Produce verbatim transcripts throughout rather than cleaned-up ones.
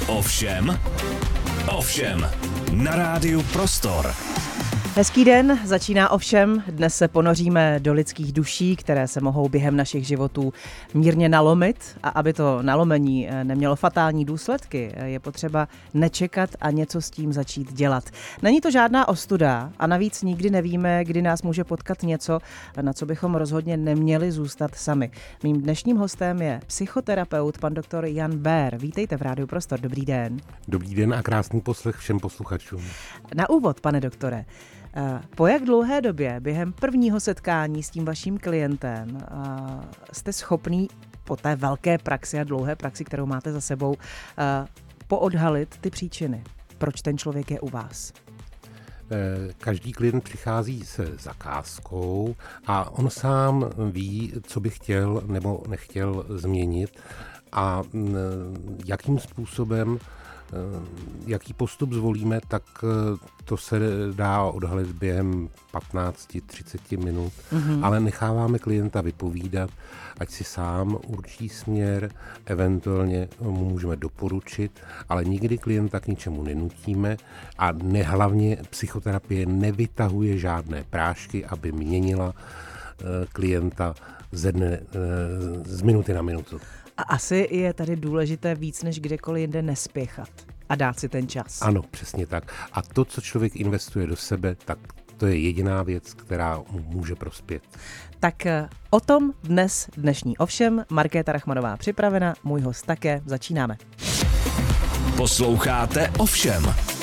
Ovšem, ovšem, na rádiu Prostor. Hezký den, začíná Ovšem. Dnes se ponoříme do lidských duší, které se mohou během našich životů mírně nalomit. A aby to nalomení nemělo fatální důsledky, je potřeba nečekat a něco s tím začít dělat. Není to žádná ostuda a navíc nikdy nevíme, kdy nás může potkat něco, na co bychom rozhodně neměli zůstat sami. Mým dnešním hostem je psychoterapeut, pan doktor Jan Böhr. Vítejte v rádiu Prostor, dobrý den. Dobrý den a krásný poslech všem posluchačům. Na úvod, pane doktore, po jak dlouhé době během prvního setkání s tím vaším klientem jste schopný po té velké praxi a dlouhé praxi, kterou máte za sebou, poodhalit ty příčiny, proč ten člověk je u vás? Každý klient přichází se zakázkou a on sám ví, co by chtěl nebo nechtěl změnit a jakým způsobem, jaký postup zvolíme, tak to se dá odhalit během patnáct třicet minut, mm-hmm. ale necháváme klienta vypovídat, ať si sám určí směr, eventuálně mu můžeme doporučit, ale nikdy klienta k ničemu nenutíme a nehlavně psychoterapie nevytahuje žádné prášky, aby měnila klienta ze dne, z minuty na minutu. A asi je tady důležité víc než kdekoliv jinde nespěchat a dát si ten čas. Ano, přesně tak. A to, co člověk investuje do sebe, tak to je jediná věc, která mu může prospět. Tak o tom dnes dnešní Ovšem. Markéta Rachmanová připravena, můj host také. Začínáme. Posloucháte Ovšem.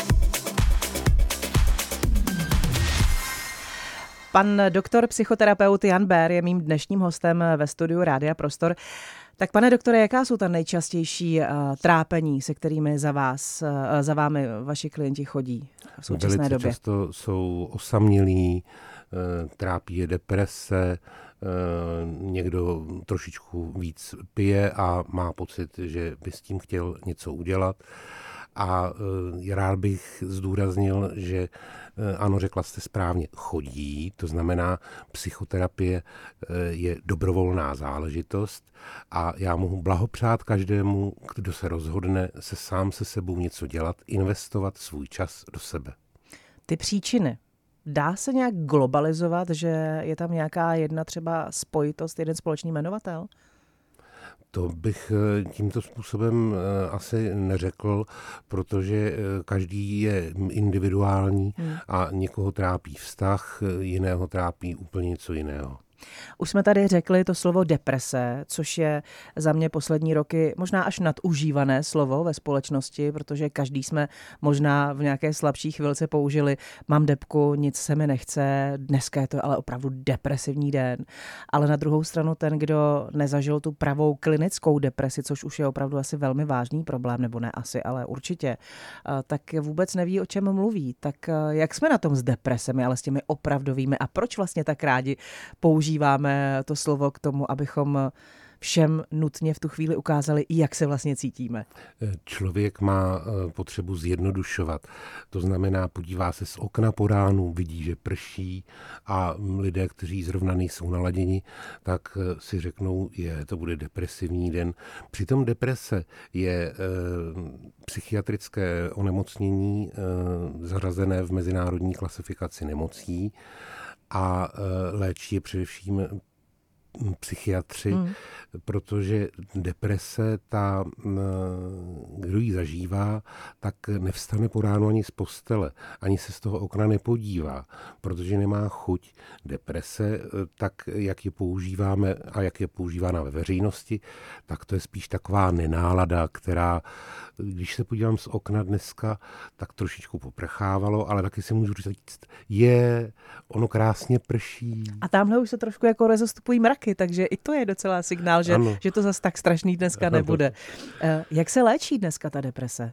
Pan doktor psychoterapeut Jan Böhr je mým dnešním hostem ve studiu Rádia Prostor. Tak pane doktore, jaká jsou ta nejčastější uh, trápení, se kterými za vás, uh, za vámi vaši klienti chodí v současné Velice době? Často jsou osamělí, uh, trápí je deprese, uh, někdo trošičku víc pije a má pocit, že by s tím chtěl něco udělat. A uh, rád bych zdůraznil, že uh, ano, řekla jste správně, chodí, to znamená, psychoterapie uh, je dobrovolná záležitost a já mohu blahopřát každému, kdo se rozhodne se sám se sebou něco dělat, investovat svůj čas do sebe. Ty příčiny. Dá se nějak globalizovat, že je tam nějaká jedna třeba spojitost, jeden společný jmenovatel? To bych tímto způsobem asi neřekl, protože každý je individuální a někoho trápí vztah, jiného trápí úplně něco jiného. Už jsme tady řekli to slovo deprese, což je za mě poslední roky možná až nadužívané slovo ve společnosti, protože každý jsme možná v nějaké slabší chvilce použili mám depku, nic se mi nechce, dneska je to ale opravdu depresivní den. Ale na druhou stranu ten, kdo nezažil tu pravou klinickou depresi, což už je opravdu asi velmi vážný problém, nebo ne asi, ale určitě, tak vůbec neví, o čem mluví. Tak jak jsme na tom s depresemi, ale s těmi opravdovými a proč vlastně tak rádi používáme Používáme to slovo k tomu, abychom všem nutně v tu chvíli ukázali, jak se vlastně cítíme. Člověk má potřebu zjednodušovat. To znamená, podívá se z okna po ránu, vidí, že prší a lidé, kteří zrovna nejsou naladěni, tak si řeknou, je, to bude depresivní den. Přitom deprese je e, psychiatrické onemocnění e, zařazené v mezinárodní klasifikaci nemocí a e, léčí je především psychiatři, hmm. protože deprese, ta, kdo ji zažívá, tak nevstane po ránu ani z postele, ani se z toho okna nepodívá, protože nemá chuť. Deprese, tak jak je používáme a jak je používána ve veřejnosti, tak to je spíš taková nenálada, která, když se podívám z okna dneska, tak trošičku poprchávalo, ale taky si můžu říct, je, ono krásně prší. A tamhle už se trošku jako rozestupují mraky, takže i to je docela signál, že, že to zas tak strašný dneska ano, nebude. To... Jak se léčí dneska ta deprese?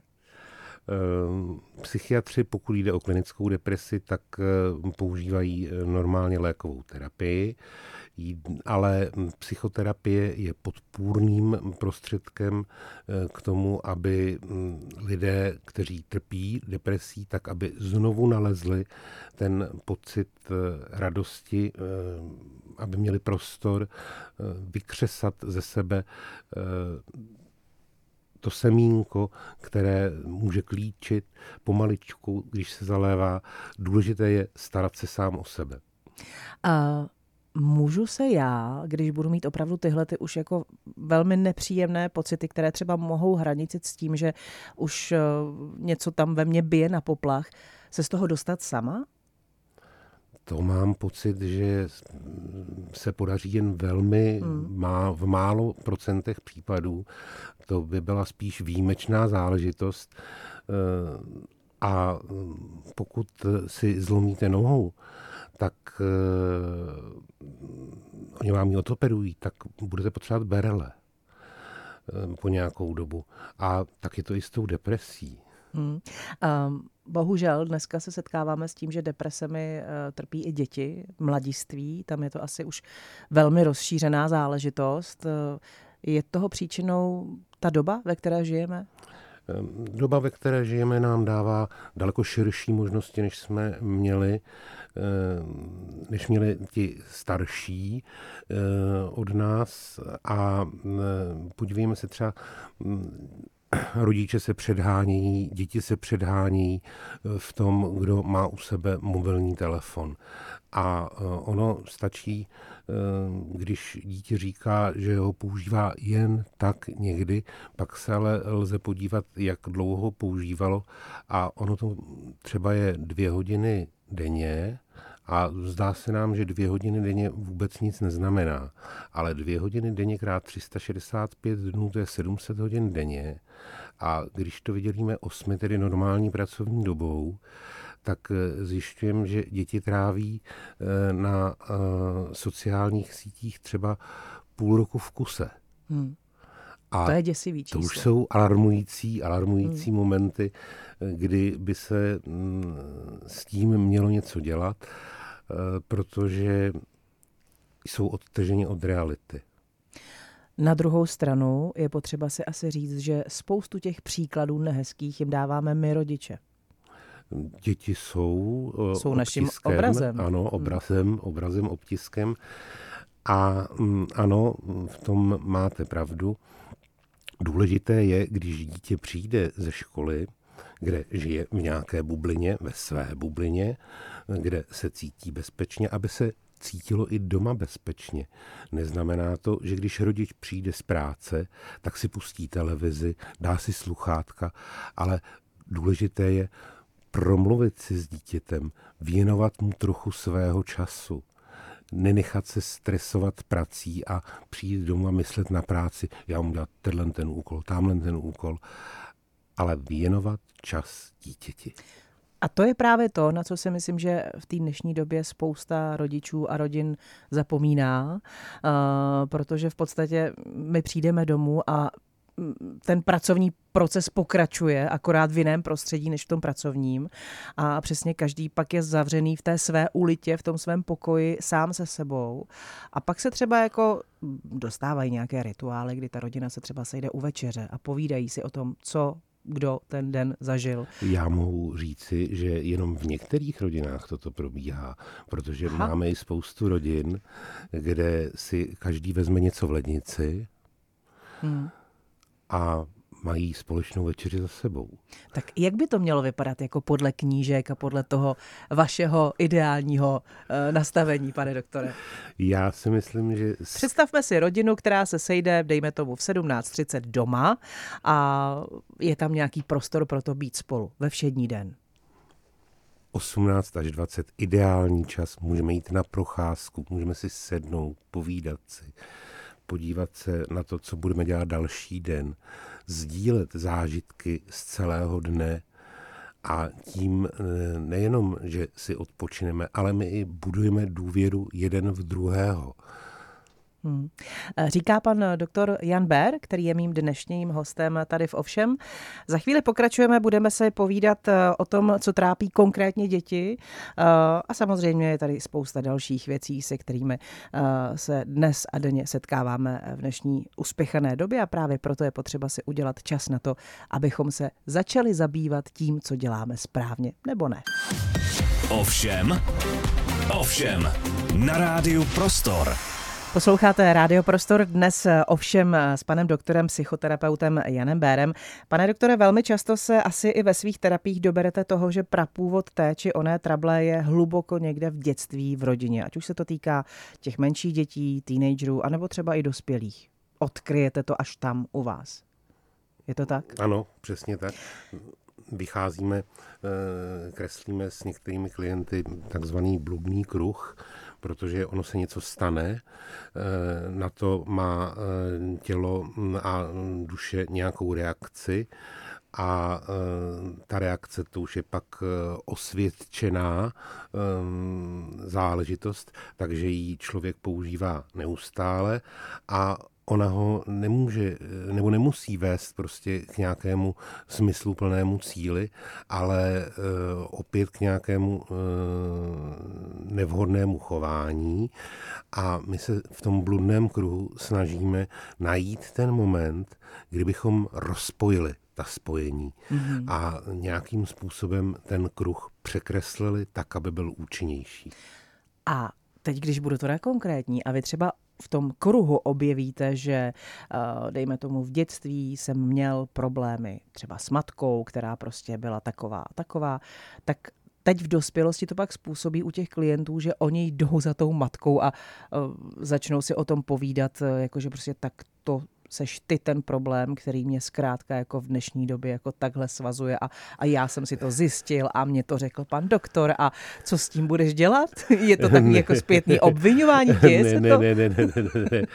Psychiatři, pokud jde o klinickou depresi, tak používají normálně lékovou terapii, ale psychoterapie je podpůrným prostředkem k tomu, aby lidé, kteří trpí depresí, tak aby znovu nalezli ten pocit radosti, aby měli prostor vykřesat ze sebe to semínko, které může klíčit pomaličku, když se zalévá. Důležité je starat se sám o sebe. A můžu se já, když budu mít opravdu tyhle ty už jako velmi nepříjemné pocity, které třeba mohou hranicit s tím, že už něco tam ve mně bije na poplach, se z toho dostat sama? To mám pocit, že se podaří jen velmi hmm. má, v málo procentech případů. To by byla spíš výjimečná záležitost. A pokud si zlomíte nohu, tak uh, oni vám ji odoperují, tak budete potřebovat berele uh, po nějakou dobu. A tak je to i s tou depresí. Hmm. Um, bohužel dneska se setkáváme s tím, že depresemi uh, trpí i děti, mladiství. Tam je to asi už velmi rozšířená záležitost. Uh, je toho příčinou ta doba, ve které žijeme? Doba, ve které žijeme, nám dává daleko širší možnosti, než jsme měli, než měli ti starší od nás. A podívejme se třeba, rodiče se předhánějí, děti se předhánějí v tom, kdo má u sebe mobilní telefon. A ono stačí, když dítě říká, že ho používá jen tak někdy, pak se ale lze podívat, jak dlouho ho používalo. A ono to třeba je dvě hodiny denně a zdá se nám, že dvě hodiny denně vůbec nic neznamená. Ale dvě hodiny denně krát tři sta šedesát pět dnů, to je sedm set hodin denně. A když to vydělíme osmi, tedy normální pracovní dobou, tak zjišťujeme, že děti tráví na sociálních sítích třeba půl roku v kuse. Hmm. A to je děsivý číslo. To už jsou alarmující, alarmující hmm. momenty, kdy by se s tím mělo něco dělat, protože jsou odtaženi od reality. Na druhou stranu je potřeba si asi říct, že spoustu těch příkladů nehezkých jim dáváme my rodiče. Děti jsou, jsou naším obrazem. Ano, obrazem, obrazem, obtiskem. A ano, v tom máte pravdu. Důležité je, když dítě přijde ze školy, kde žije v nějaké bublině, ve své bublině, kde se cítí bezpečně, aby se cítilo i doma bezpečně. Neznamená to, že když rodič přijde z práce, tak si pustí televizi, dá si sluchátka, ale důležité je promluvit si s dítětem, věnovat mu trochu svého času, nenechat se stresovat prací a přijít domů a myslet na práci, já mu dělat tenhle ten úkol, tamhle ten úkol, ale věnovat čas dítěti. A to je právě to, na co si myslím, že v té dnešní době spousta rodičů a rodin zapomíná, uh, protože v podstatě my přijdeme domů a ten pracovní proces pokračuje, akorát v jiném prostředí než v tom pracovním. A přesně každý pak je zavřený v té své ulitě, v tom svém pokoji sám se sebou. A pak se třeba jako dostávají nějaké rituály, kdy ta rodina se třeba sejde u večeře a povídají si o tom, co kdo ten den zažil. Já mohu říci, že jenom v některých rodinách toto probíhá, protože Aha. máme i spoustu rodin, kde si každý vezme něco v lednici hmm. a mají společnou večeři za sebou. Tak jak by to mělo vypadat jako podle knížek a podle toho vašeho ideálního uh, nastavení, pane doktore? Já si myslím, že... Představme si rodinu, která se sejde, dejme tomu v sedmnáct třicet doma a je tam nějaký prostor pro to být spolu ve všední den. osmnáct až dvacet ideální čas, můžeme jít na procházku, můžeme si sednout, povídat si, podívat se na to, co budeme dělat další den, sdílet zážitky z celého dne a tím nejenom, že si odpočineme, ale my i budujeme důvěru jeden v druhého. Hmm. Říká pan doktor Jan Bér, který je mým dnešním hostem tady v Ovšem. Za chvíli pokračujeme, budeme se povídat o tom, co trápí konkrétně děti a samozřejmě je tady spousta dalších věcí, se kterými se dnes a denně setkáváme v dnešní uspěchané době a právě proto je potřeba si udělat čas na to, abychom se začali zabývat tím, co děláme správně nebo ne. Ovšem, ovšem, na rádiu Prostor. Posloucháte Rádio Prostor dnes ovšem s panem doktorem, psychoterapeutem Janem Bérem. Pane doktore, velmi často se asi i ve svých terapiích doberete toho, že prapůvod té či oné trable je hluboko někde v dětství, v rodině. Ať už se to týká těch menších dětí, teenagerů, anebo třeba i dospělých. Odkryjete to až tam u vás. Je to tak? Ano, přesně tak. Vycházíme, kreslíme s některými klienty takzvaný bludný kruh, protože ono se něco stane, na to má tělo a duše nějakou reakci a ta reakce to už je pak osvědčená záležitost, takže ji člověk používá neustále a ona ho nemůže nebo nemusí vést prostě k nějakému smysluplnému cíli, ale uh, opět k nějakému uh, nevhodnému chování. A my se v tom bludném kruhu snažíme najít ten moment, kdybychom rozpojili ta spojení mm-hmm. a nějakým způsobem ten kruh překreslili tak, aby byl účinnější. A teď, když budu teda konkrétní a vy třeba v tom kruhu objevíte, že dejme tomu v dětství jsem měl problémy třeba s matkou, která prostě byla taková a taková, tak teď v dospělosti to pak způsobí u těch klientů, že oni jdou za tou matkou a začnou si o tom povídat, jakože prostě tak to seš ty ten problém, který mě zkrátka jako v dnešní době jako takhle svazuje a, a já jsem si to zjistil a mě to řekl pan doktor a co s tím budeš dělat? Je to takový jako zpětný obviňování? Děje se to? Ne, ne, ne, ne, ne, ne.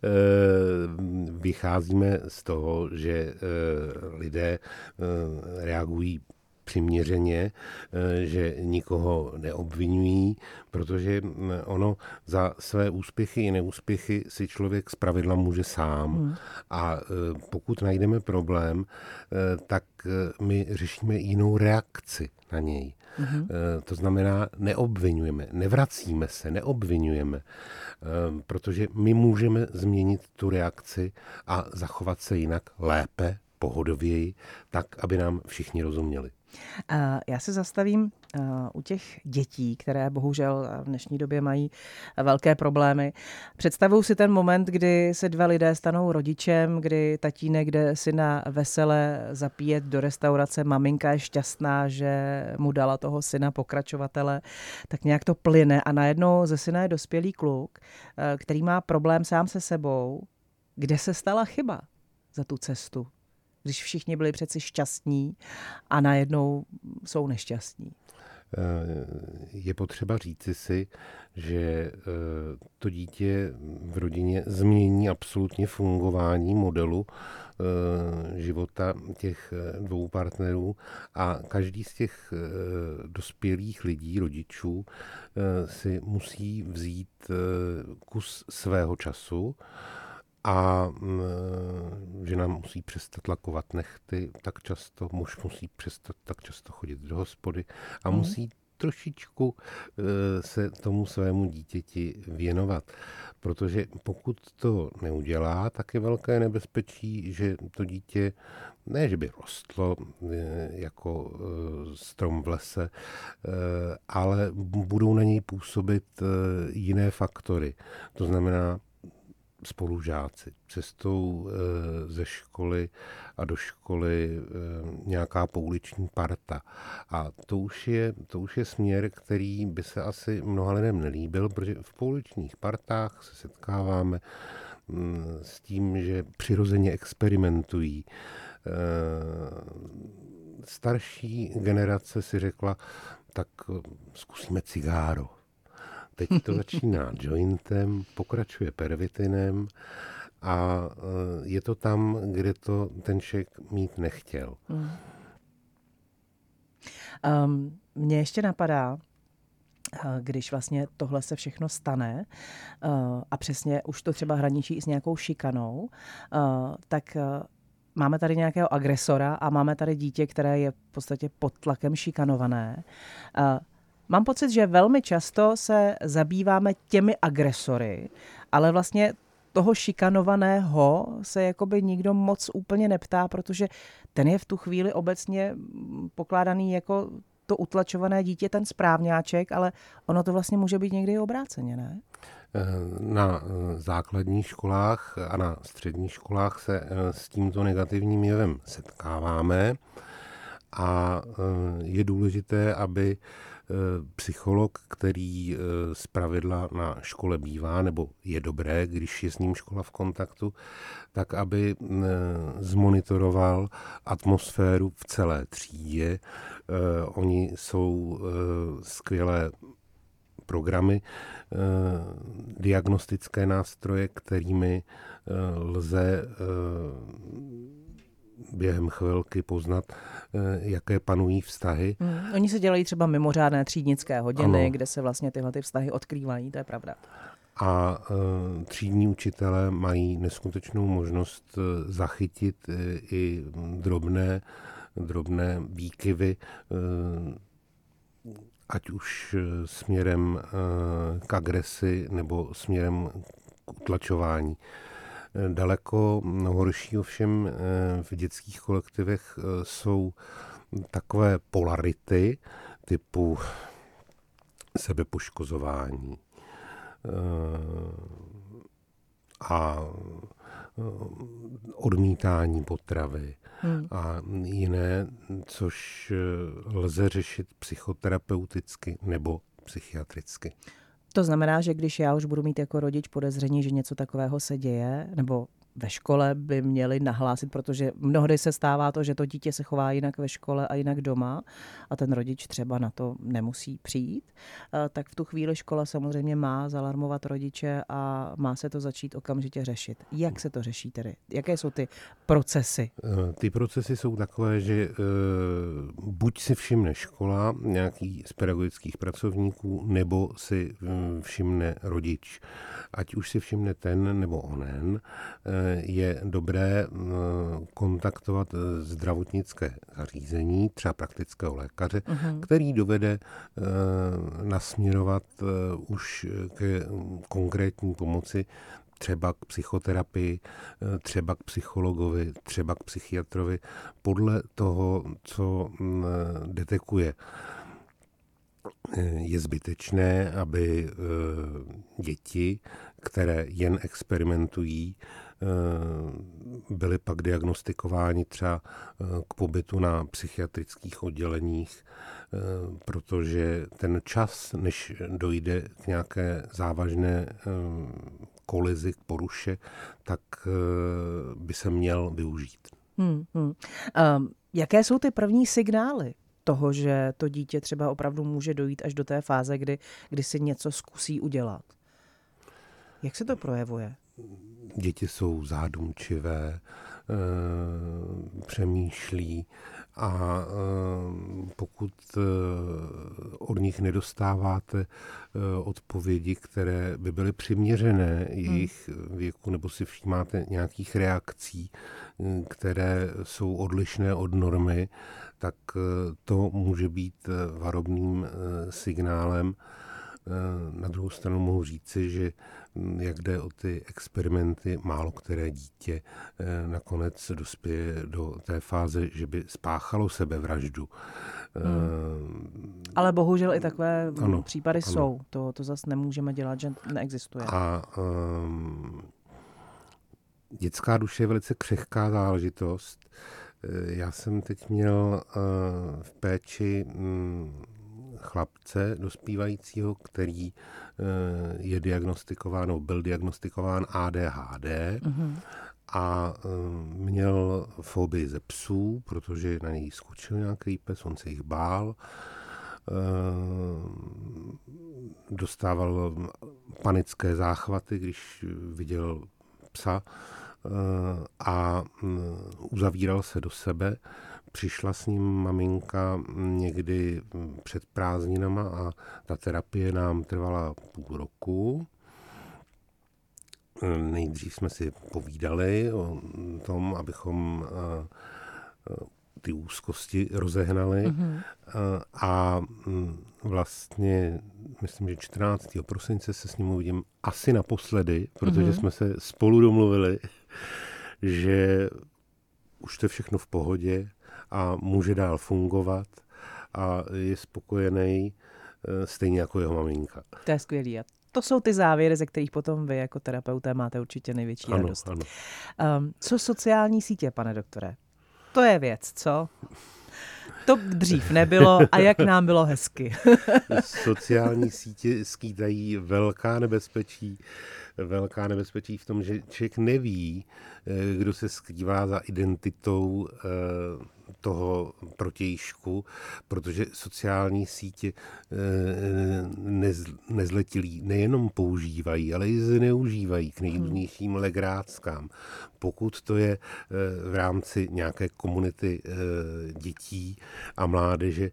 Vycházíme z toho, že lidé reagují přiměřeně, že nikoho neobvinují, protože ono za své úspěchy i neúspěchy si člověk zpravidla může sám. Hmm. A pokud najdeme problém, tak my řešíme jinou reakci na něj. Hmm. To znamená, neobvinujeme, nevracíme se, neobvinujeme, protože my můžeme změnit tu reakci a zachovat se jinak lépe, pohodověji, tak, aby nám všichni rozuměli. Já se zastavím u těch dětí, které bohužel v dnešní době mají velké problémy. Představuju si ten moment, kdy se dva lidé stanou rodičem, kdy tatínek jde si na vesele zapíjet do restaurace, maminka je šťastná, že mu dala toho syna pokračovatele, tak nějak to plyne a najednou ze syna je dospělý kluk, který má problém sám se sebou. Kde se stala chyba za tu cestu? Když všichni byli přeci šťastní a najednou jsou nešťastní. Je potřeba říci si, že to dítě v rodině změní absolutně fungování modelu života těch dvou partnerů a každý z těch dospělých lidí, rodičů, si musí vzít kus svého času a žena musí přestat lakovat nehty tak často, muž musí přestat tak často chodit do hospody a hmm. musí trošičku se tomu svému dítěti věnovat. Protože pokud to neudělá, tak je velké nebezpečí, že to dítě ne, že by rostlo jako strom v lese, ale budou na něj působit jiné faktory. To znamená, spolužáci, cestou e, ze školy a do školy e, nějaká pouliční parta. A to už, je, to už je směr, který by se asi mnoha lidem nelíbil, protože v pouličních partách se setkáváme m, s tím, že přirozeně experimentují. E, starší generace si řekla, tak zkusíme cigáro. Teď to začíná jointem, pokračuje pervitinem a je to tam, kde to ten člověk mít nechtěl. Hmm. Um, mně ještě napadá, když vlastně tohle se všechno stane uh, a přesně už to třeba hraničí i s nějakou šikanou, uh, tak uh, máme tady nějakého agresora a máme tady dítě, které je v podstatě pod tlakem šikanované. Uh, Mám pocit, že velmi často se zabýváme těmi agresory, ale vlastně toho šikanovaného se jakoby nikdo moc úplně neptá, protože ten je v tu chvíli obecně pokládaný jako to utlačované dítě, ten správňáček, ale ono to vlastně může být někdy i obráceně, ne? Na základních školách a na středních školách se s tímto negativním jevem setkáváme a je důležité, aby psycholog, který zpravidla na škole bývá, nebo je dobré, když je s ním škola v kontaktu, tak aby zmonitoroval atmosféru v celé třídě. Oni jsou skvělé programy, diagnostické nástroje, kterými lze během chvilky poznat, jaké panují vztahy. Hmm. Oni se dělají třeba mimořádné třídnické hodiny, ano, kde se vlastně tyhle ty vztahy odkrývají, to je pravda. A třídní učitelé mají neskutečnou možnost zachytit i drobné, drobné výkyvy, ať už směrem k agresi nebo směrem k utlačování. Daleko horší ovšem v dětských kolektivech jsou takové polarity typu sebepoškozování a odmítání potravy hmm. a jiné, což lze řešit psychoterapeuticky nebo psychiatricky. To znamená, že když já už budu mít jako rodič podezření, že něco takového se děje, nebo ve škole by měli nahlásit, protože mnohdy se stává to, že to dítě se chová jinak ve škole a jinak doma a ten rodič třeba na to nemusí přijít, tak v tu chvíli škola samozřejmě má zalarmovat rodiče a má se to začít okamžitě řešit. Jak se to řeší tedy? Jaké jsou ty procesy? Ty procesy jsou takové, že buď si všimne škola, nějaký z pedagogických pracovníků, nebo si všimne rodič. Ať už si všimne ten nebo onen, je dobré kontaktovat zdravotnické zařízení, třeba praktického lékaře, uh-huh. který dovede nasměrovat už k konkrétní pomoci, třeba k psychoterapii, třeba k psychologovi, třeba k psychiatrovi, podle toho, co detekuje. Je zbytečné, aby děti, které jen experimentují, byly pak diagnostikováni třeba k pobytu na psychiatrických odděleních, protože ten čas, než dojde k nějaké závažné kolizi, k poruše, tak by se měl využít. Hmm, hmm. Um, jaké jsou ty první signály toho, že to dítě třeba opravdu může dojít až do té fáze, kdy, kdy si něco zkusí udělat? Jak se to projevuje? Děti jsou zádumčivé, e, přemýšlí a e, pokud e, od nich nedostáváte e, odpovědi, které by byly přiměřené jejich hmm. věku, nebo si všímáte nějakých reakcí, které jsou odlišné od normy, tak e, to může být varovným e, signálem. Na druhou stranu mohu říci, že jak jde o ty experimenty, málo které dítě nakonec dospěje do té fáze, že by spáchalo sebevraždu. Hmm. Ale bohužel i takové ano, případy ano. jsou. To, to zase nemůžeme dělat, že neexistuje. A um, dětská duše je velice křehká záležitost. Já jsem teď měl uh, v péči um, chlapce dospívajícího, který je diagnostikován, nebo byl diagnostikován á dé há dé uh-huh. a měl fobii ze psů, protože na něj skočil nějaký pes, on se jich bál. Dostával panické záchvaty, když viděl psa a uzavíral se do sebe. Přišla s ním maminka někdy před prázdninama a ta terapie nám trvala půl roku. Nejdřív jsme si povídali o tom, abychom ty úzkosti rozehnali. Mm-hmm. A vlastně, myslím, že čtrnáctého prosince se s ním uvidím asi naposledy, protože mm-hmm. jsme se spolu domluvili, že už to je všechno v pohodě a může dál fungovat a je spokojený stejně jako jeho maminka. To je skvělý. A to jsou ty závěry, ze kterých potom vy jako terapeuté máte určitě největší ano, radost. Ano. Um, co sociální sítě, pane doktore? To je věc, co? To dřív nebylo a jak nám bylo hezky. Sociální sítě skýtají velká nebezpečí, velká nebezpečí v tom, že člověk neví, kdo se skrývá za identitou toho protějšku, protože sociální sítě nezletilí nejenom používají, ale i zneužívají k nejrůznějším legráckám. Pokud to je v rámci nějaké komunity dětí a mládeže,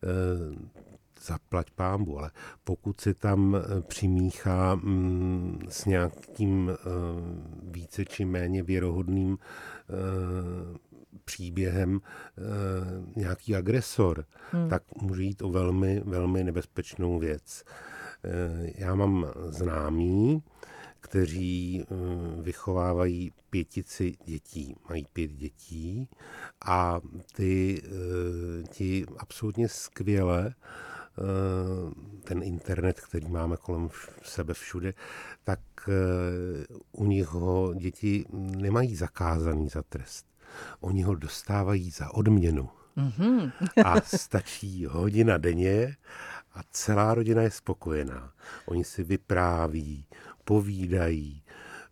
zaplať pánbu, ale pokud se tam přimíchá mm, s nějakým uh, více či méně věrohodným uh, příběhem uh, nějaký agresor, hmm. tak může jít o velmi, velmi nebezpečnou věc. Uh, já mám známí, kteří uh, vychovávají pětici dětí, mají pět dětí a ty, uh, ti absolutně skvěle ten internet, který máme kolem sebe všude, tak u nich ho děti nemají zakázaný za trest. Oni ho dostávají za odměnu. Mm-hmm. A stačí hodina denně a celá rodina je spokojená. Oni si vypráví, povídají,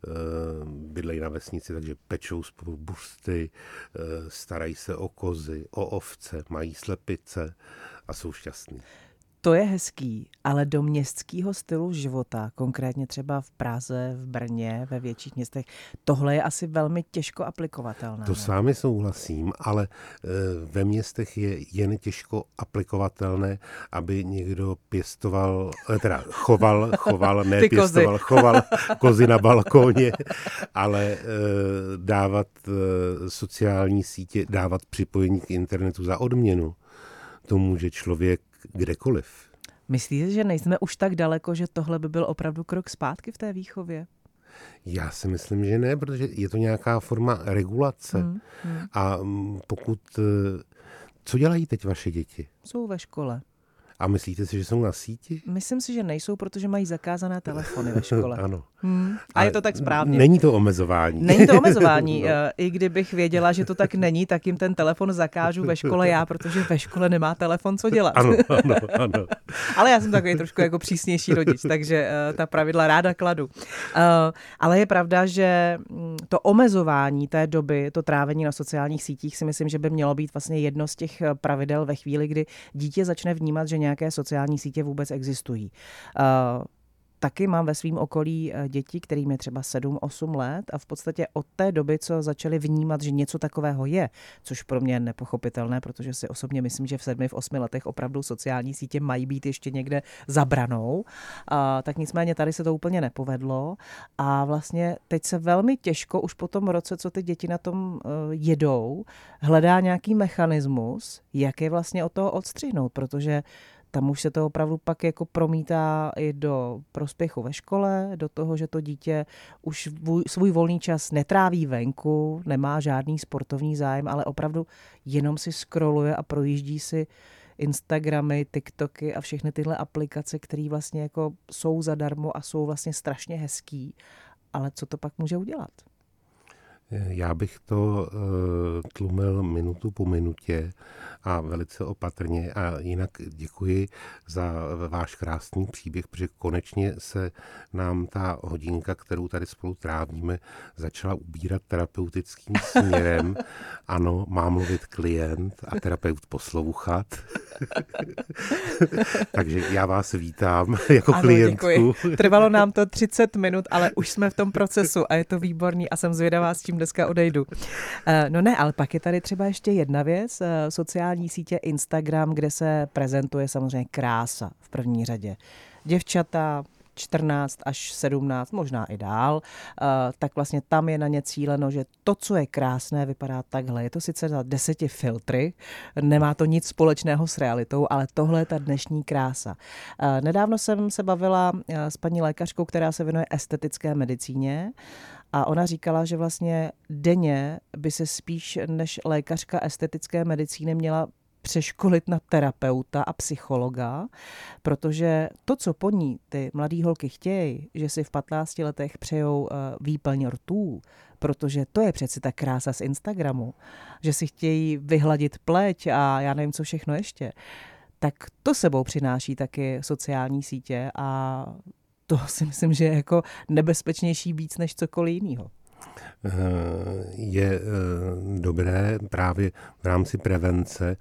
bydlejí na vesnici, takže pečou spolu buřty, starají se o kozy, o ovce, mají slepice a jsou šťastní. To je hezký, ale do městského stylu života, konkrétně třeba v Praze, v Brně, ve větších městech, tohle je asi velmi těžko aplikovatelné. To s vámi souhlasím, ale ve městech je jen těžko aplikovatelné, aby někdo pěstoval, teda choval, choval, ne pěstoval, choval kozy na balkóně, ale dávat sociální sítě, dávat připojení k internetu za odměnu. To může člověk kdekoliv. Myslíte, že nejsme už tak daleko, že tohle by byl opravdu krok zpátky v té výchově? Já si myslím, že ne, protože je to nějaká forma regulace. Hmm, hmm. A pokud... Co dělají teď vaše děti? Jsou ve škole. A myslíte si, že jsou na síti? Myslím si, že nejsou, protože mají zakázané telefony ve škole. Ano. Hmm. A je to tak správně. Není to omezování. Není to omezování. No. I kdybych věděla, že to tak není, tak jim ten telefon zakážu ve škole já, protože ve škole nemá telefon co dělat. Ano, ano, ano. Ale já jsem takový trošku jako přísnější rodič, takže uh, ta pravidla ráda kladu. Uh, ale je pravda, že to omezování té doby, to trávení na sociálních sítích si myslím, že by mělo být vlastně jedno z těch pravidel ve chvíli, kdy dítě začne vnímat, že nějaké sociální sítě vůbec existují. Uh, Taky mám ve svém okolí děti, kterým je třeba sedm osm let a v podstatě od té doby, co začali vnímat, že něco takového je, což pro mě je nepochopitelné, protože si osobně myslím, že v sedmi, v osmi letech opravdu sociální sítě mají být ještě někde za branou, a, tak nicméně tady se to úplně nepovedlo a vlastně teď se velmi těžko už po tom roce, co ty děti na tom uh, jedou, hledá nějaký mechanismus, jak je vlastně od toho odstřihnout, protože tam už se to opravdu pak jako promítá i do prospěchu ve škole, do toho, že to dítě už svůj volný čas netráví venku, nemá žádný sportovní zájem, ale opravdu jenom si scrolluje a projíždí si Instagramy, TikToky a všechny tyhle aplikace, které vlastně jako jsou zadarmo a jsou vlastně strašně hezký. Ale co to pak může udělat? Já bych to uh, tlumil minutu po minutě a velice opatrně a jinak děkuji za váš krásný příběh, protože konečně se nám ta hodinka, kterou tady spolu trávíme, začala ubírat terapeutickým směrem. Ano, má mluvit klient a terapeut poslouchat. Takže já vás vítám jako ano, klientku. Děkuji. Trvalo nám to třicet minut, ale už jsme v tom procesu a je to výborný a jsem zvědavá, s čím dneska odejdu. No ne, ale pak je tady třeba ještě jedna věc, sociální sítě Instagram, kde se prezentuje samozřejmě krása v první řadě. Děvčata, čtrnáct až sedmnáct, možná i dál, tak vlastně tam je na ně cíleno, že to, co je krásné, vypadá takhle. Je to sice za deseti filtry, nemá to nic společného s realitou, ale tohle je ta dnešní krása. Nedávno jsem se bavila s paní lékařkou, která se věnuje estetické medicíně a ona říkala, že vlastně denně by se spíš než lékařka estetické medicíny měla přeškolit na terapeuta a psychologa, protože to, co po ní ty mladý holky chtějí, že si v patnácti letech přejou výplň rtů, protože to je přeci ta krása z Instagramu, že si chtějí vyhladit pleť a já nevím, co všechno ještě, tak to sebou přináší taky sociální sítě a to si myslím, že je jako nebezpečnější víc než cokoliv jiného. Je dobré právě v rámci prevence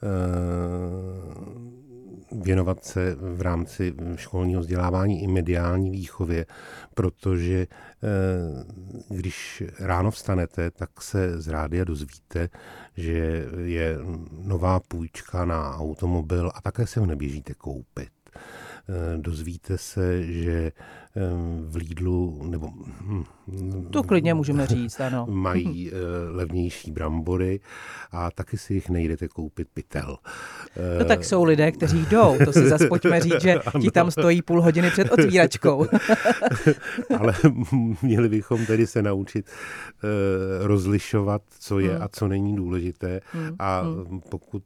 věnovat se v rámci školního vzdělávání i mediální výchově, protože když ráno vstanete, tak se z rádia dozvíte, že je nová půjčka na automobil a také se ho neběžíte koupit. Dozvíte se, že v Lidlu, nebo to klidně můžeme říct, ano. Mají levnější brambory a taky si jich nejdete koupit pytel. No tak jsou lidé, kteří jdou, to si zas pojďme říct, že ti tam stojí půl hodiny před otvíračkou. Ale měli bychom tedy se naučit rozlišovat, co je hmm. a co není důležité. Hmm. A pokud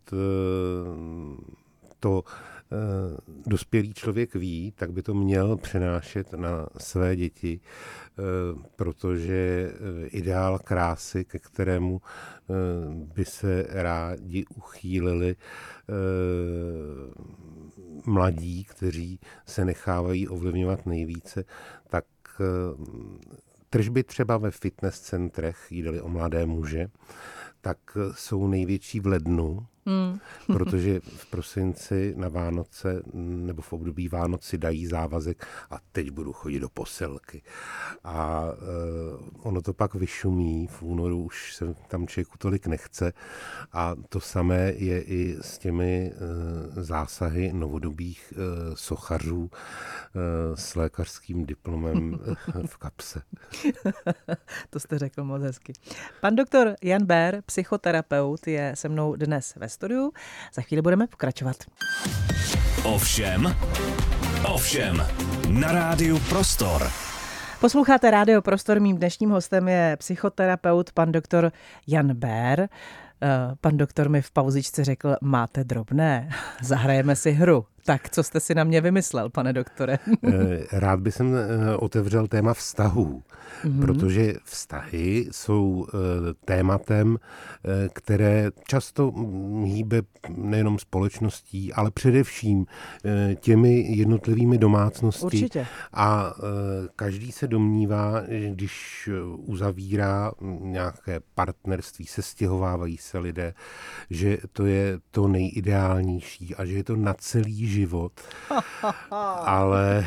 to dospělý člověk ví, tak by to měl přenášet na své děti, protože ideál krásy, ke kterému by se rádi uchýlili mladí, kteří se nechávají ovlivňovat nejvíce, tak tržby třeba ve fitness centrech, jde-li o mladé muže, tak jsou největší v lednu, Hmm. protože v prosinci na Vánoce nebo v období Vánoci dají závazek a teď budu chodit do posilky. A uh, ono to pak vyšumí, v únoru už se tam člověku tolik nechce a to samé je i s těmi uh, zásahy novodobých uh, sochařů uh, s lékařským diplomem v kapse. To jste řekl moc hezky. Pan doktor Jan Bér, psychoterapeut, je se mnou dnes ve studiu. Za chvíli budeme pokračovat. Ovšem, ovšem, na rádiu Prostor. Posloucháte Rádio Prostor, mým dnešním hostem je psychoterapeut pan doktor Jan Bér. Pan doktor mi v pauzičce řekl, máte drobné, zahrajeme si hru. Tak, co jste si na mě vymyslel, pane doktore? Rád bych jsem otevřel téma vztahů, mm-hmm. protože vztahy jsou tématem, které často hýbe nejenom společností, ale především těmi jednotlivými domácnostmi. Určitě. A každý se domnívá, že když uzavírá nějaké partnerství, sestěhovávají se lidé, že to je to nejideálnější a že je to na celý život, ale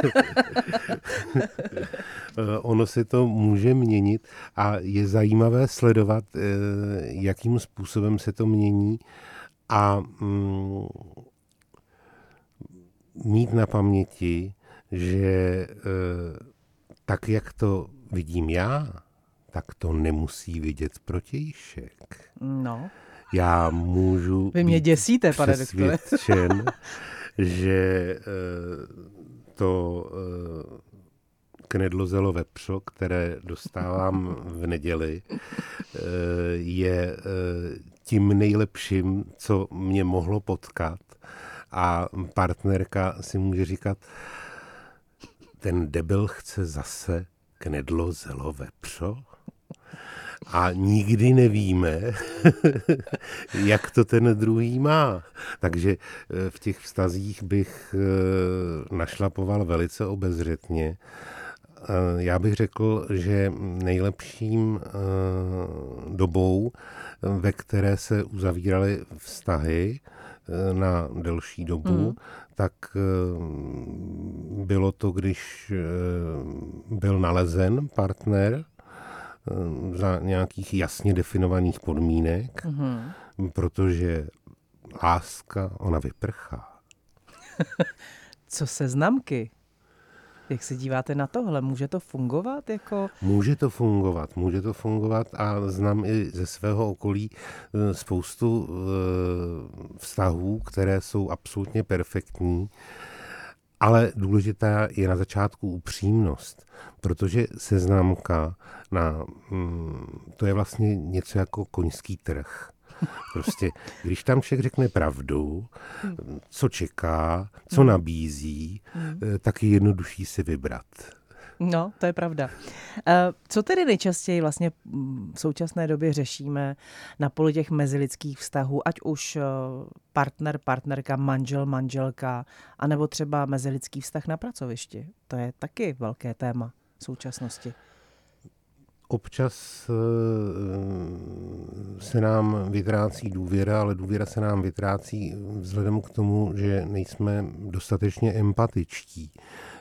ono se to může měnit a je zajímavé sledovat, jakým způsobem se to mění a mm, mít na paměti, že tak, jak to vidím já, tak to nemusí vidět protějšek. No. Já můžu Vy mě děsíte, pane doktore. přesvědčen, že to knedlozelo vepřo, které dostávám v neděli, je tím nejlepším, co mě mohlo potkat. A partnerka si může říkat, ten debil chce zase knedlozelo vepřo? A nikdy nevíme, jak to ten druhý má. Takže v těch vztazích bych našlapoval velice obezřetně. Já bych řekl, že nejlepším dobou, ve které se uzavíraly vztahy na delší dobu, mm. tak bylo to, když byl nalezen partner za nějakých jasně definovaných podmínek, mm. protože láska, ona vyprchá. Co seznamky? Jak se díváte na tohle? Může to fungovat? Jako... Může to fungovat, může to fungovat a znám i ze svého okolí spoustu vztahů, které jsou absolutně perfektní, ale důležitá je na začátku upřímnost, protože seznamka na, to je vlastně něco jako koňský trh. Prostě, když tam člověk řekne pravdu, co čeká, co nabízí, tak je jednodušší si vybrat. No, to je pravda. Co tedy nejčastěji vlastně v současné době řešíme na poli těch mezilidských vztahů, ať už partner, partnerka, manžel, manželka, anebo třeba mezilidský vztah na pracovišti? To je taky velké téma v současnosti. Občas se nám vytrácí důvěra, ale důvěra se nám vytrácí vzhledem k tomu, že nejsme dostatečně empatičtí.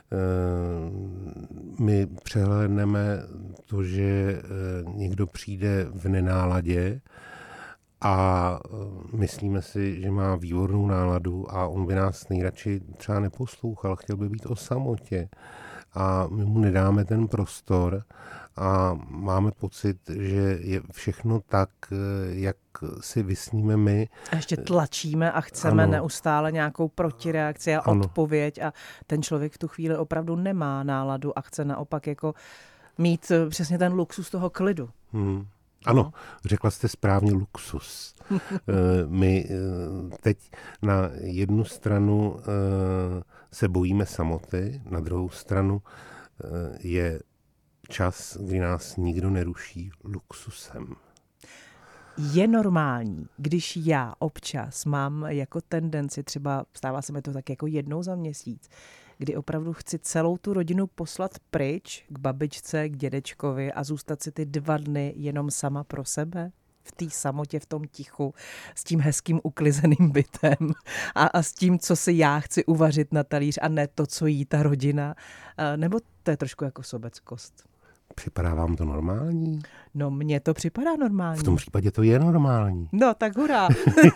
My přehlédneme to, že někdo přijde v nenáladě a myslíme si, že má výbornou náladu a on by nás nejradši třeba neposlouchal, chtěl by být o samotě. A my mu nedáme ten prostor a máme pocit, že je všechno tak, jak si vysníme my. A ještě tlačíme a chceme ano. neustále nějakou protireakci a ano. odpověď a ten člověk v tu chvíli opravdu nemá náladu a chce naopak jako mít přesně ten luxus toho klidu. Hmm. Ano, no. Řekla jste správně luxus. My teď na jednu stranu se bojíme samoty, na druhou stranu je čas, kdy nás nikdo neruší luxusem. Je normální, když já občas mám jako tendenci, třeba stává se mi to tak jako jednou za měsíc, kdy opravdu chci celou tu rodinu poslat pryč k babičce, k dědečkovi a zůstat si ty dva dny jenom sama pro sebe? V té samotě, v tom tichu, s tím hezkým uklizeným bytem a, a s tím, co si já chci uvařit na talíř a ne to, co jí ta rodina. Nebo to je trošku jako sobeckost? Připadá vám to normální? No, mně to připadá normální. V tom případě to je normální. No, tak hurá.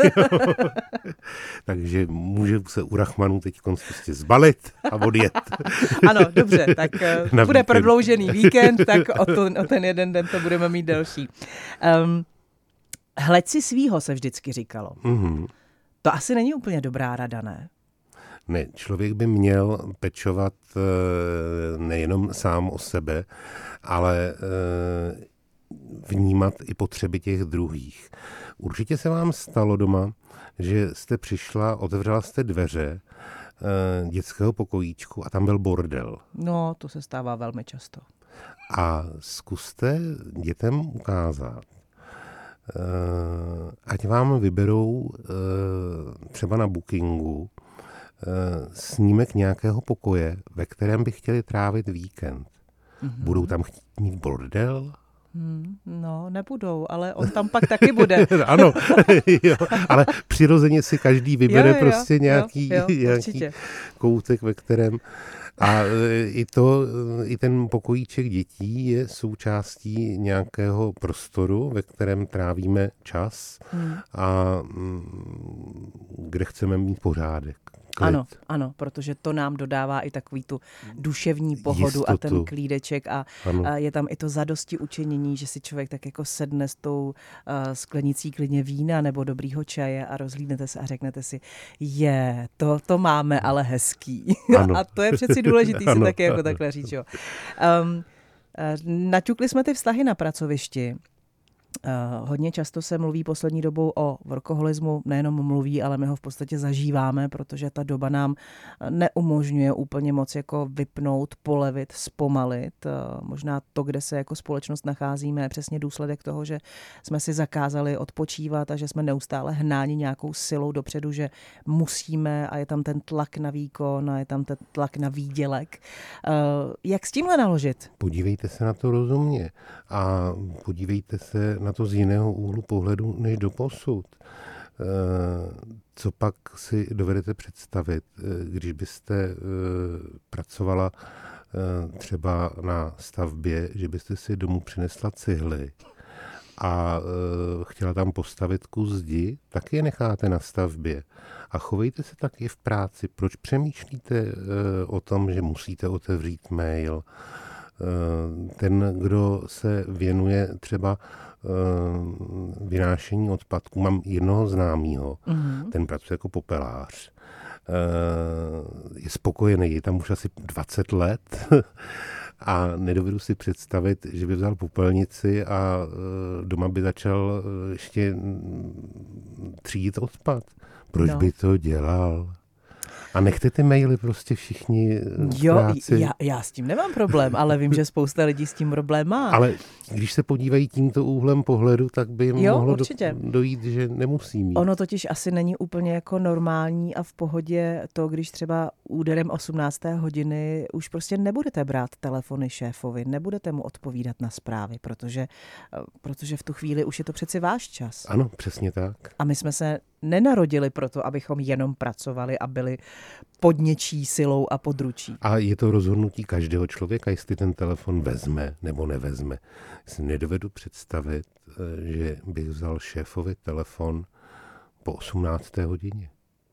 Takže může se u Rachmanů teď prostě zbalit a odjet. Ano, dobře, tak Na bude víkend. Prodloužený víkend, tak o, to, o ten jeden den to budeme mít delší. Um, Hleď si svýho, se vždycky říkalo. Mm-hmm. To asi není úplně dobrá rada, ne? Ne, člověk by měl pečovat nejenom sám o sebe, ale vnímat i potřeby těch druhých. Určitě se vám stalo doma, že jste přišla, otevřela jste dveře dětského pokojíčku a tam byl bordel. No, to se stává velmi často. A zkuste dětem ukázat, ať vám vyberou třeba na Bookingu snímek nějakého pokoje, ve kterém by chtěli trávit víkend. Mm-hmm. Budou tam chtít mít bordel? Hmm, no, nebudou, ale on tam pak taky bude. Ano, jo, ale přirozeně si každý vybere jo, jo, prostě nějaký, jo, jo, nějaký koutek, ve kterém... A i, to, i ten pokojíček dětí je součástí nějakého prostoru, ve kterém trávíme čas hmm. a kde chceme mít pořádek. Klid. Ano, ano, protože to nám dodává i takový tu duševní pohodu Jistotu. A ten klídeček a, a je tam i to zadosti učinění, že si člověk tak jako sedne s tou uh, sklenicí klidně vína nebo dobrýho čaje a rozhlídnete se a řeknete si, je, to, to máme, ale hezký. A to je přeci důležitý si taky jako takhle říct. Jo. Um, uh, naťukli jsme ty vztahy na pracovišti. Uh, hodně často se mluví poslední dobou o workoholismu, nejenom mluví, ale my ho v podstatě zažíváme, protože ta doba nám neumožňuje úplně moc jako vypnout, polevit, zpomalit. Uh, možná to, kde se jako společnost nacházíme, je přesně důsledek toho, že jsme si zakázali odpočívat a že jsme neustále hnáni nějakou silou dopředu, že musíme a je tam ten tlak na výkon a je tam ten tlak na výdělek. Uh, jak s tímhle naložit? Podívejte se na to rozumně a podívejte se na to z jiného úhlu pohledu než doposud. Co pak si dovedete představit, když byste pracovala třeba na stavbě, že byste si domů přinesla cihly a chtěla tam postavit kus zdi, tak je necháte na stavbě. A chovejte se tak i v práci. Proč přemýšlíte o tom, že musíte otevřít mail? Ten, kdo se věnuje třeba vynášení odpadků, mám jednoho známýho, mm-hmm. ten pracuje jako popelář. Je spokojený, je tam už asi dvacet let a nedovedu si představit, že by vzal popelnici a doma by začal ještě třídit odpad. Proč no. by to dělal? A nechte ty maily prostě všichni v Jo, práci. já, já s tím nemám problém, ale vím, že spousta lidí s tím problém má. Ale když se podívají tímto úhlem pohledu, tak by jim jo, mohlo do, určitě. dojít, že nemusí mít. Ono totiž asi není úplně jako normální a v pohodě to, když třeba úderem osmnácté hodiny už prostě nebudete brát telefony šéfovi, nebudete mu odpovídat na zprávy, protože, protože v tu chvíli už je to přeci váš čas. Ano, přesně tak. A my jsme se nenarodili proto, abychom jenom pracovali a byli pod něčí silou a područí. A je to rozhodnutí každého člověka, jestli ten telefon vezme nebo nevezme. Si nedovedu představit, že bych vzal šéfovi telefon po osmnácté hodině.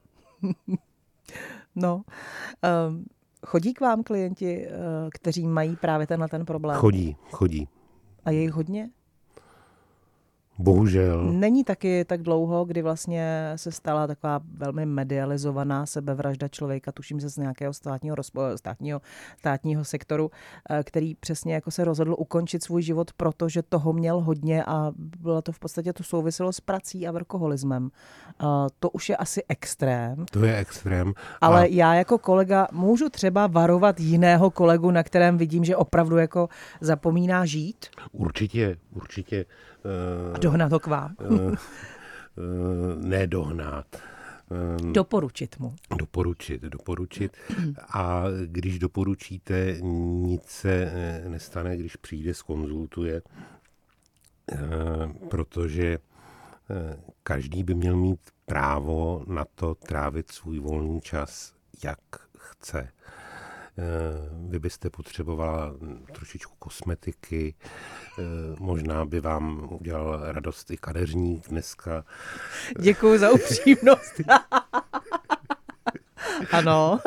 No, um, chodí k vám klienti, uh, kteří mají právě tenhle ten problém? Chodí, chodí. A je jich hodně? Bohužel. Není taky tak dlouho, kdy vlastně se stala taková velmi medializovaná sebevražda člověka, tuším se z nějakého státního, rozpo, státního, státního sektoru, který přesně jako se rozhodl ukončit svůj život, protože toho měl hodně a bylo to v podstatě to souviselo s prací a workoholismem. To už je asi extrém. To je extrém. Ale a... já jako kolega můžu třeba varovat jiného kolegu, na kterém vidím, že opravdu jako zapomíná žít? Určitě, určitě. A dohnat ho k vám. Ne dohnat. Doporučit mu. Doporučit, doporučit. A když doporučíte, nic se nestane, když přijde, zkonzultuje, protože každý by měl mít právo na to trávit svůj volný čas, jak chce. Vy byste potřebovala trošičku kosmetiky, možná by vám udělal radost i kadeřník dneska. Děkuju za upřímnost. Ano.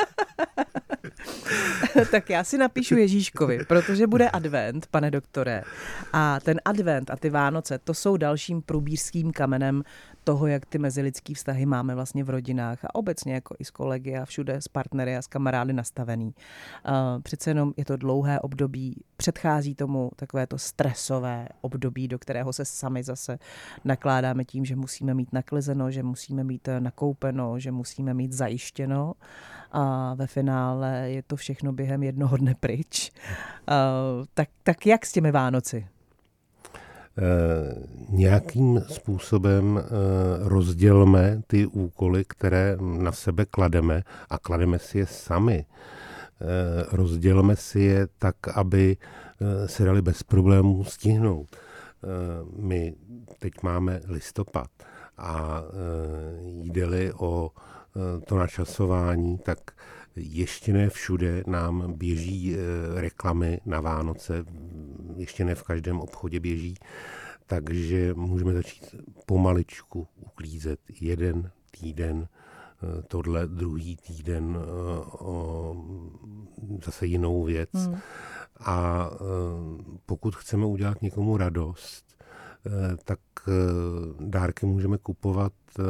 Tak já si napíšu Ježíškovi, protože bude advent, pane doktore. A ten advent a ty Vánoce, to jsou dalším průbířským kamenem toho, jak ty mezilidský vztahy máme vlastně v rodinách a obecně jako i s kolegy a všude s partnery a s kamarády nastavený. Uh, přece jenom je to dlouhé období, předchází tomu takové to stresové období, do kterého se sami zase nakládáme tím, že musíme mít naklizeno, že musíme mít nakoupeno, že musíme mít zajištěno a ve finále je to všechno během jednoho dne pryč. Uh, tak, tak jak s těmi Vánoci? Eh, nějakým způsobem eh, rozdělme ty úkoly, které na sebe klademe a klademe si je sami. Eh, rozdělme si je tak, aby eh, se dali bez problémů stihnout. Eh, my teď máme listopad a eh, jde-li o eh, to načasování, tak ještě ne všude nám běží e, reklamy na Vánoce, ještě ne v každém obchodě běží, takže můžeme začít pomaličku uklízet jeden týden, e, tohle druhý týden e, o zase jinou věc. Hmm. A e, pokud chceme udělat někomu radost, e, tak e, dárky můžeme kupovat e,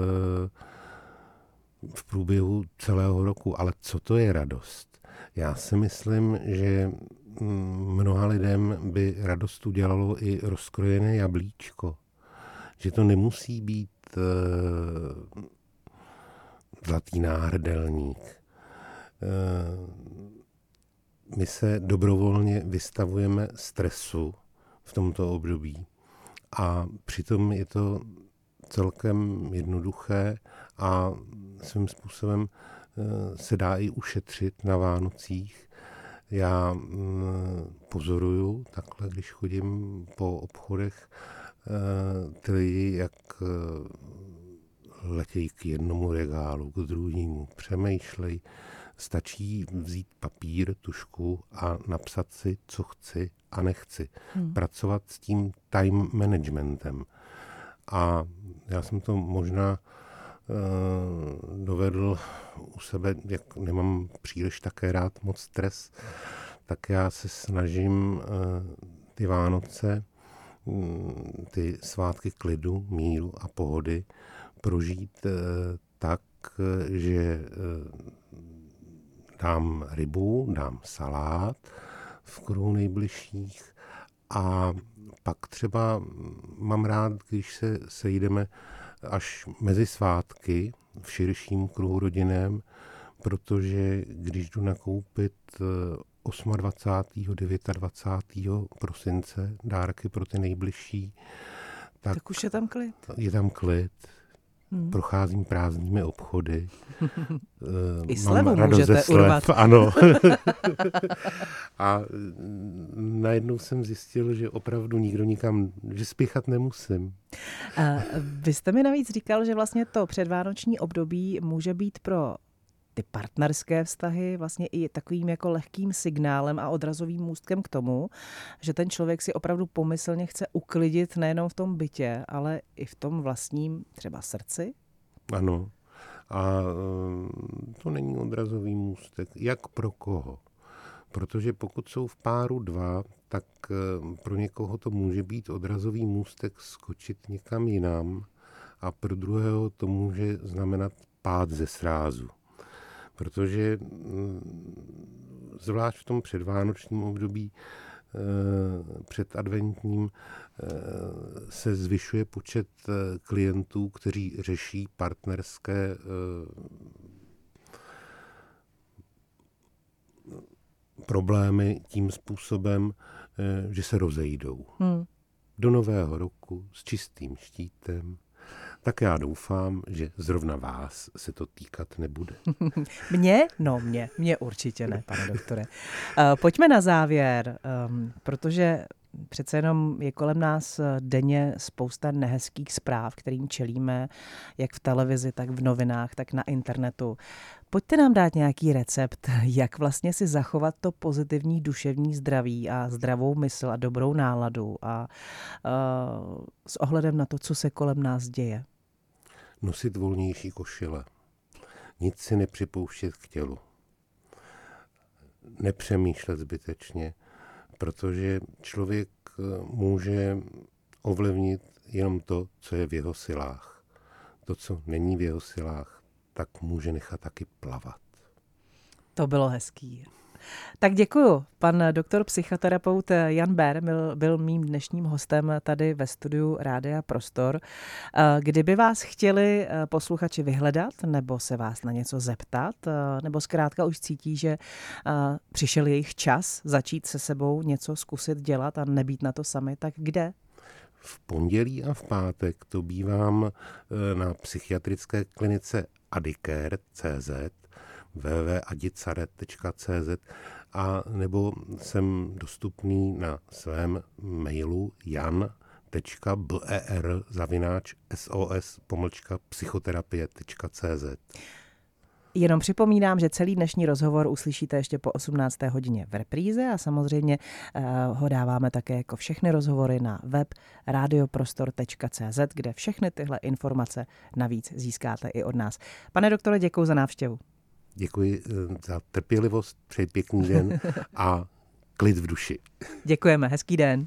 v průběhu celého roku. Ale co to je radost? Já si myslím, že mnoha lidem by radost udělalo i rozkrojené jablíčko. Že to nemusí být uh, zlatý náhrdelník. Uh, my se dobrovolně vystavujeme stresu v tomto období a přitom je to celkem jednoduché a svým způsobem se dá i ušetřit na Vánocích. Já pozoruju takhle, když chodím po obchodech, ty lidi, jak letějí k jednomu regálu, k druhému, přemýšlej. Stačí vzít papír, tužku a napsat si, co chci a nechci. Hmm. Pracovat s tím time managementem. A já jsem to možná uh, dovedl u sebe, jak nemám příliš také rád moc stres, tak já se snažím uh, ty Vánoce, um, ty svátky klidu, míru a pohody prožít uh, tak, že uh, dám rybu, dám salát, v kruhu nejbližších. A pak třeba mám rád, když se sejdeme až mezi svátky v širším kruhu rodinném, protože když jdu nakoupit dvacátého osmého, dvacátého devátého prosince dárky pro ty nejbližší, tak, tak už je tam klid. Je tam klid. Hmm. Procházím prázdnými obchody. I slevu můžete urvat. Ano. A najednou jsem zjistil, že opravdu nikdo nikam, že spěchat nemusím. A vy jste mi navíc říkal, že vlastně to předvánoční období může být pro ty partnerské vztahy vlastně i takovým jako lehkým signálem a odrazovým můstkem k tomu, že ten člověk si opravdu pomyslně chce uklidit nejenom v tom bytě, ale i v tom vlastním třeba srdci? Ano. A to není odrazový můstek. Jak pro koho? Protože pokud jsou v páru dva, tak pro někoho to může být odrazový můstek skočit někam jinam a pro druhého to může znamenat pád ze srázu. Protože zvlášť v tom předvánočním období, před adventním, se zvyšuje počet klientů, kteří řeší partnerské problémy tím způsobem, že se rozejdou. Hmm. Do nového roku s čistým štítem. Tak já doufám, že zrovna vás se to týkat nebude. Mně? No mě. Mně určitě ne, pane doktore. Uh, pojďme na závěr, um, protože přece jenom je kolem nás denně spousta nehezkých zpráv, kterým čelíme, jak v televizi, tak v novinách, tak na internetu. Pojďte nám dát nějaký recept, jak vlastně si zachovat to pozitivní duševní zdraví a zdravou mysl a dobrou náladu a uh, s ohledem na to, co se kolem nás děje. Nosit volnější košile. Nic si nepřipouštět k tělu. Nepřemýšlet zbytečně, protože člověk může ovlivnit jenom to, co je v jeho silách. To, co není v jeho silách, tak může nechat taky plavat. To bylo hezký. Tak děkuju. Pan doktor psychoterapeut Jan Bér byl, byl mým dnešním hostem tady ve studiu Rádia Prostor. Kdyby vás chtěli posluchači vyhledat, nebo se vás na něco zeptat, nebo zkrátka už cítí, že přišel jejich čas začít se sebou něco zkusit dělat a nebýt na to sami, tak kde? V pondělí a v pátek to bývám na psychiatrické klinice Adicare tečka cé zet, w w w tečka adicaret tečka cé zet a nebo jsem dostupný na svém mailu jan tečka ber zavináč sos pomlčka psychoterapie tečka cé zet. Jenom připomínám, že celý dnešní rozhovor uslyšíte ještě po osmnácté hodině v repríze a samozřejmě uh, ho dáváme také jako všechny rozhovory na web radioprostor tečka cé zet, kde všechny tyhle informace navíc získáte i od nás. Pane doktore, děkuji za návštěvu. Děkuji za trpělivost, přeji pěkný den a klid v duši. Děkujeme, hezký den.